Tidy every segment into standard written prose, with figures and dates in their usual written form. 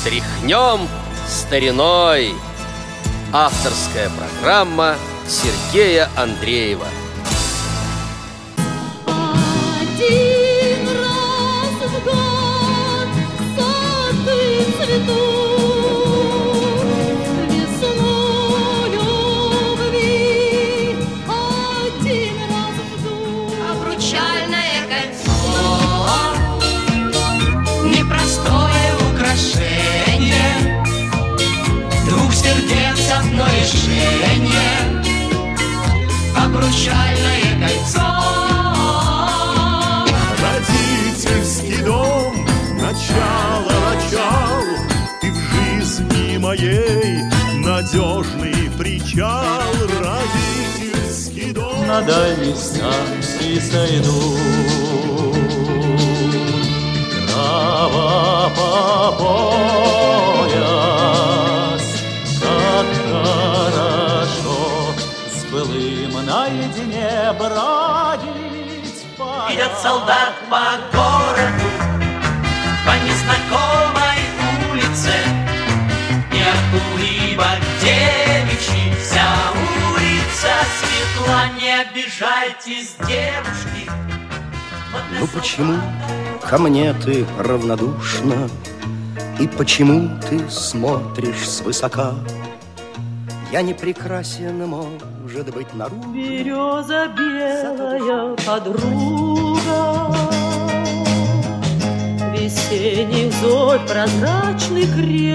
Тряхнем стариной. Авторская программа Сергея Андреева. Один раз в год сады цветут, весну любви один раз ждут. Обручальное кольцо, непростое украшение, двух сердец одно решение. Обручальное кольцо. Родительский дом, начало, ты в жизни моей надежный причал. Родительский дом. На дальней станции сойду, трава по пояс, как хорошо с былым наедине бродить. Идет солдат по городу, по незнакомой улице, и от улыбок девичьих вся улица светла. Не обижайтесь, девушки. Ну почему ко мне ты равнодушна, и почему ты смотришь свысока? Я не прекрасен, может быть, наружу. Береза белая подруга, весенних зорь прозрачный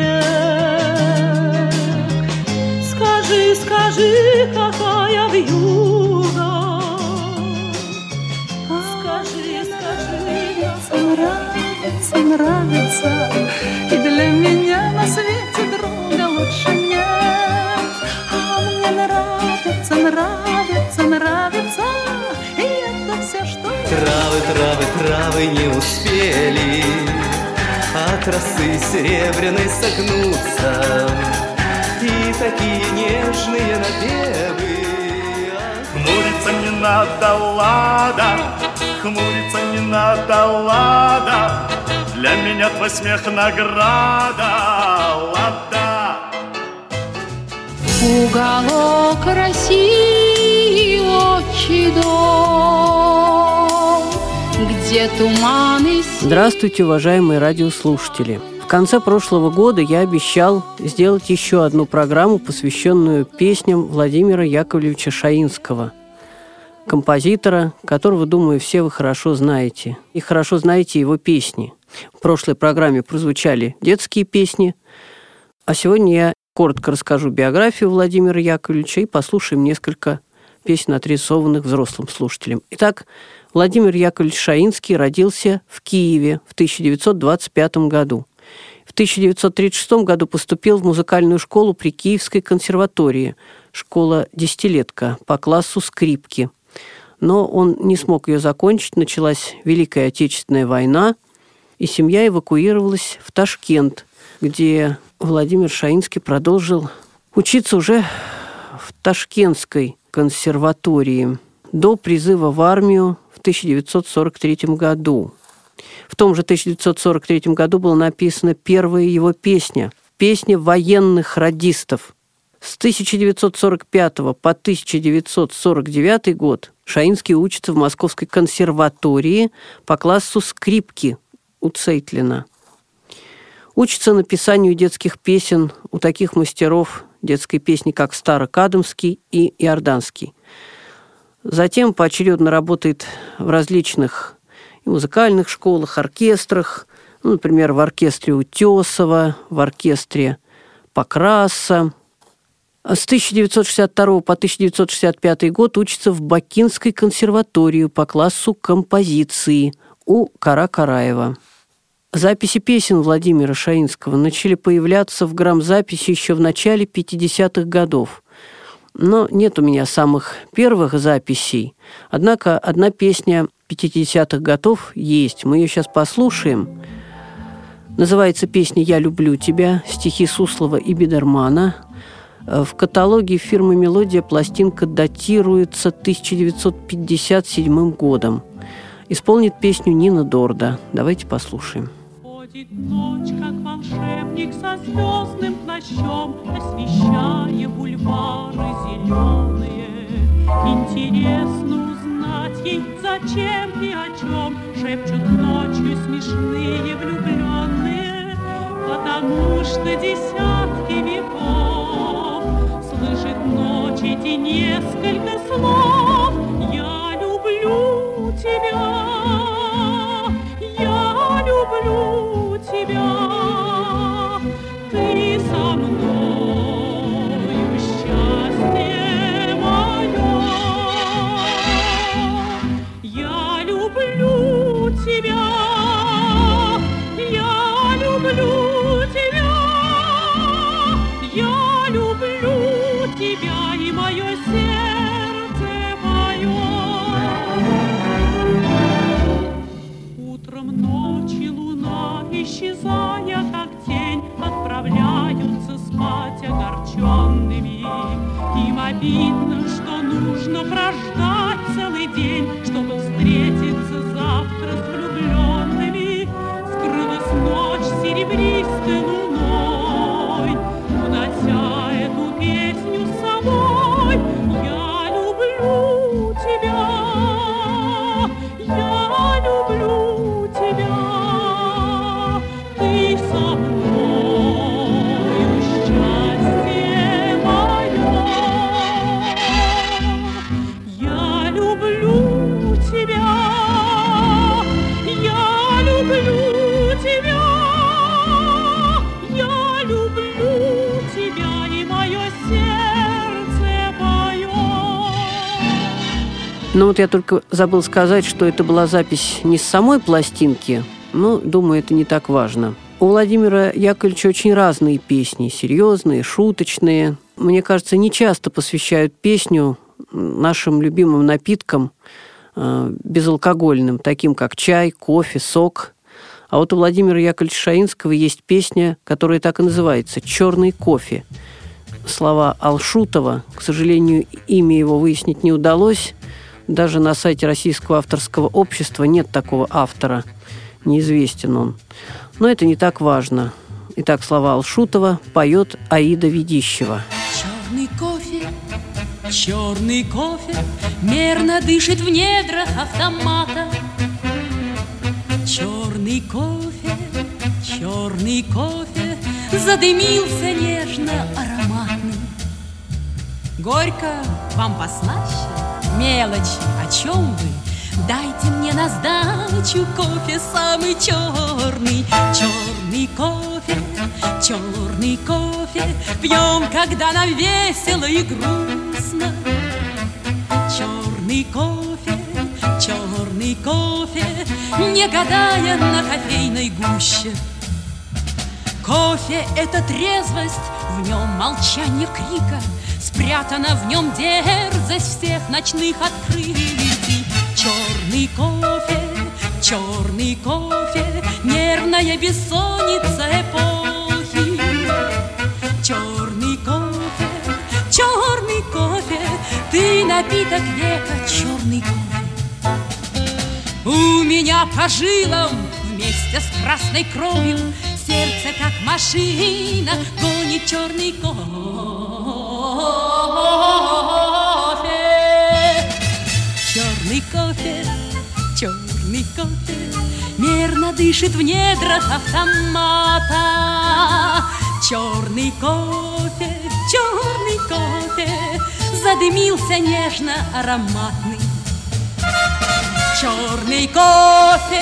крик. Скажи, скажи, какая вьюга. Скажи, скажи, нравится, нравится, и для меня на свете друга лучше нет. А мне нравится, нравится, нравится, и это все, что я. Травы, травы, травы не успели от росы серебряной согнуться, и такие нежные напевы. Хмуриться не надо, лада, хмуриться не надо, лада, для меня твой смех награда, лада. Уголок России, отчий дом, где туманы. Здравствуйте, уважаемые радиослушатели! В конце прошлого года я обещал сделать еще одну программу, посвященную песням Владимира Яковлевича Шаинского, композитора, которого, думаю, все вы хорошо знаете. И хорошо знаете его песни. В прошлой программе прозвучали детские песни, а сегодня я коротко расскажу биографию Владимира Яковлевича и послушаем несколько песен, адресованных взрослым слушателям. Итак, Владимир Яковлевич Шаинский родился в Киеве в 1925 году. В 1936 году поступил в музыкальную школу при Киевской консерватории, школа-десятилетка по классу скрипки. Но он не смог ее закончить, началась Великая Отечественная война, и семья эвакуировалась в Ташкент, где Владимир Шаинский продолжил учиться уже в Ташкентской консерватории до призыва в армию в 1943 году. В том же 1943 году была написана первая его песня военных радистов. С 1945 по 1949 год Шаинский учится в Московской консерватории по классу скрипки у Цейтлина. Учится написанию детских песен у таких мастеров детской песни, как Старокадамский и Иорданский. Затем поочередно работает в различных музыкальных школах, оркестрах, например, в оркестре Утесова, в оркестре Покраса. С 1962 по 1965 год учится в Бакинской консерватории по классу композиции у Кара-Караева. Записи песен Владимира Шаинского начали появляться в грамзаписи еще в начале 50-х годов. Но нет у меня самых первых записей. Однако одна песня 50-х годов есть. Мы ее сейчас послушаем. Называется песня «Я люблю тебя», стихи Суслова и Бидермана. В каталоге фирмы «Мелодия» пластинка датируется 1957 годом. Исполнит песню Нина Дорда. Давайте послушаем. Ходит ночь, как волшебник со звездным плащом, освещая бульвары зеленые. Интересно узнать ей, зачем и о чем шепчут ночью смешные влюбленные, потому что десятки веков слышит ночь эти несколько слов. Я люблю тебя, я люблю тебя, ты со мною, счастье мое. Я люблю тебя, я люблю тебя, я люблю тебя, и мое сердце поет. Утром, ночью луна, исчезая как тень, отправляются спать огорченными. Им обидно, что нужно прождать целый день, чтобы встретиться завтра с влюбленными. Скрылась ночь серебристой луной, унося эту песню с собой. Я люблю тебя, я люблю тебя, ты со мною, счастье мое. Я люблю тебя, я люблю тебя, я люблю тебя, и мое сердце поет. Ну вот я только забыл сказать, что это была запись не с самой пластинки, но, думаю, это не так важно. У Владимира Яковлевича очень разные песни, серьезные, шуточные. Мне кажется, не часто посвящают песню нашим любимым напиткам безалкогольным, таким как чай, кофе, сок. А вот у Владимира Яковлевича Шаинского есть песня, которая так и называется «Черный кофе». Слова Алшутова, к сожалению, имя его выяснить не удалось. Даже на сайте Российского авторского общества нет такого автора, неизвестен он. Но это не так важно. Итак, слова Алшутова поет Аида Ведищева. Черный кофе мерно дышит в недрах автомата. Черный кофе задымился нежно ароматный. Горько вам послаще, мелочи, о чем вы? Дайте мне на сдачу кофе самый черный. Черный кофе пьем, когда нам весело и грустно. Черный кофе, не гадая на кофейной гуще. Кофе — это трезвость, в нем молчание крика, спрятана в нем дерзость всех ночных открытий. Черный кофе, нервная бессонница эпохи. Черный кофе, ты напиток века, черный кофе. У меня по жилам вместе с красной кровью сердце, как машина, гонит черный кофе. Черный кофе мерно дышит в недрах автомата. Черный кофе задымился нежно ароматный. Черный кофе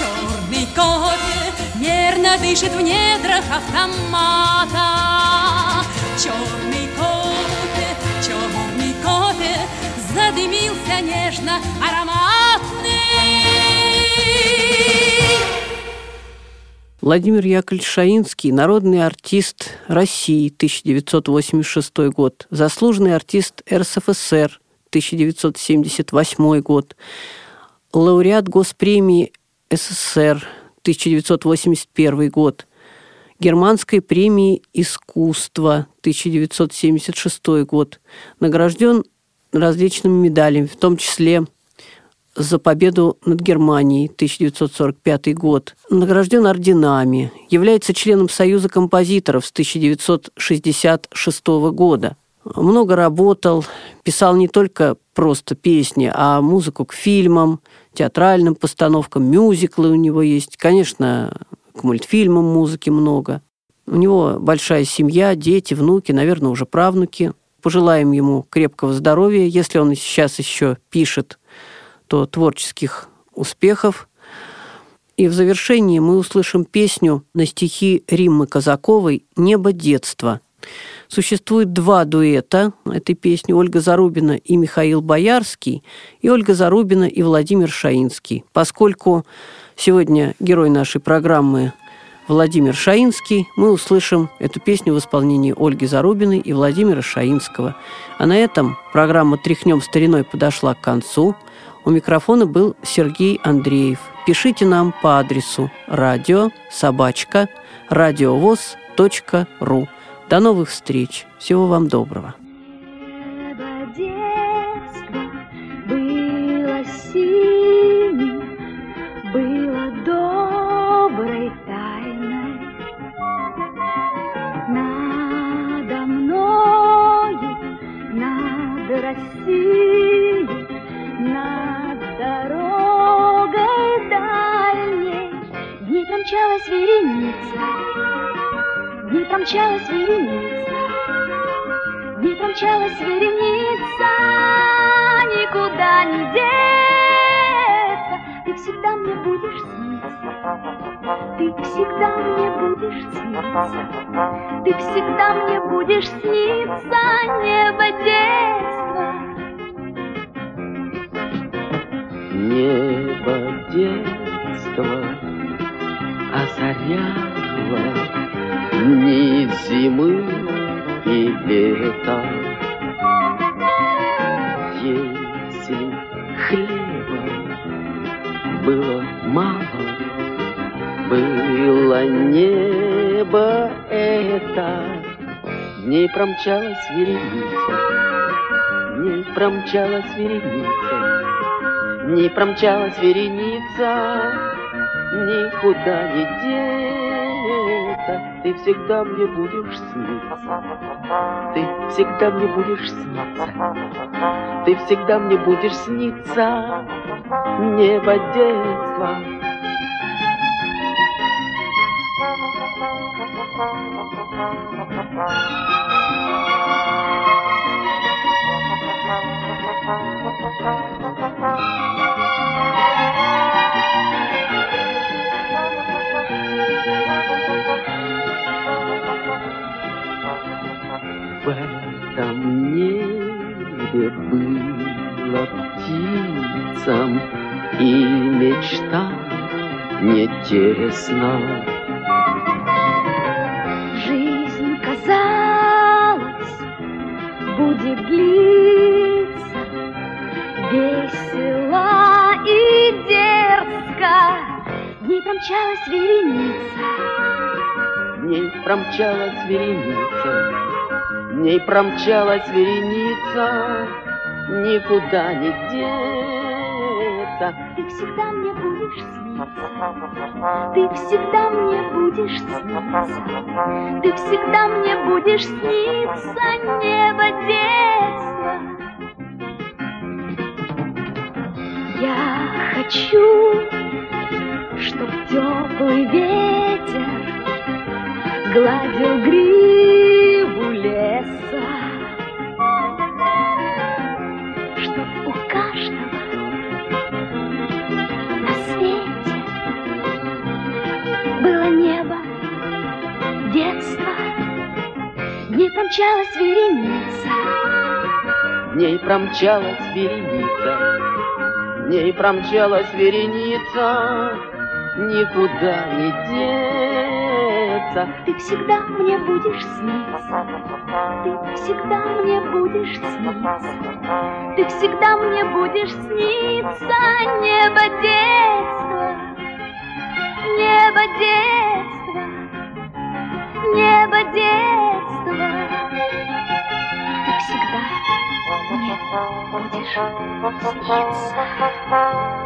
мерно дышит в недрах автомата. Черный кофе задымился нежно ароматный. Владимир Яковлевич Шаинский – народный артист России, 1986 год, заслуженный артист РСФСР, 1978 год, лауреат Госпремии СССР, 1981 год, Германской премии искусства, 1976 год, награжден различными медалями, в том числе за победу над Германией, 1945 год. Награжден орденами, является членом Союза композиторов с 1966 года. Много работал, писал не только просто песни, а музыку к фильмам, театральным постановкам, мюзиклы у него есть. Конечно, к мультфильмам музыки много. У него большая семья, дети, внуки, наверное, уже правнуки. Пожелаем ему крепкого здоровья. Если он сейчас еще пишет, то творческих успехов. И в завершении мы услышим песню на стихи Риммы Казаковой «Небо детства». Существует два дуэта этой песни: Ольга Зарубина и Михаил Боярский, и Ольга Зарубина и Владимир Шаинский. Поскольку сегодня герой нашей программы Владимир Шаинский, мы услышим эту песню в исполнении Ольги Зарубиной и Владимира Шаинского. А на этом программа «Тряхнем стариной» подошла к концу. У микрофона был Сергей Андреев. Пишите нам по адресу radio@radiovoz.ru. До новых встреч. Всего вам доброго. Небо детства было синим, было доброй тайной. Надо мною, над Россией, над дорогой дальней дни промчалась вереница. Дни промчалась вереница, дни промчалась вереница, никуда не деться. Ты всегда мне будешь сниться, ты всегда мне будешь сниться, ты всегда мне будешь сниться, небо детства. Небо детства озаряло дни зимы и лета. Если хлеба было мало, было небо это. Дней промчалась вереница, дней промчалась вереница, дней промчалась вереница, никуда не деться. Ты всегда мне будешь сниться, ты всегда мне будешь сниться, ты всегда мне будешь сниться, небо детства. В этом небе было птицам и мечта не тесно. Жизнь, казалось, будет длиться весело и дерзко. Дней промчалась вереница, дней промчалась вереница, дней промчалась вереница, никуда не деться. Ты всегда мне будешь сниться, ты всегда мне будешь сниться, ты всегда мне будешь сниться, небо детства. Я хочу, чтоб теплый ветер гладил гриву леса, чтоб у каждого на свете было небо детства. Дней промчалась вереница, дней промчалась вереница, дней промчалась вереница, никуда не деться. Ты всегда мне будешь сниться, ты всегда мне будешь сниться, ты всегда мне будешь сниться, небо детства, небо детства, небо детства. Ты всегда мне будешь спешит сниться.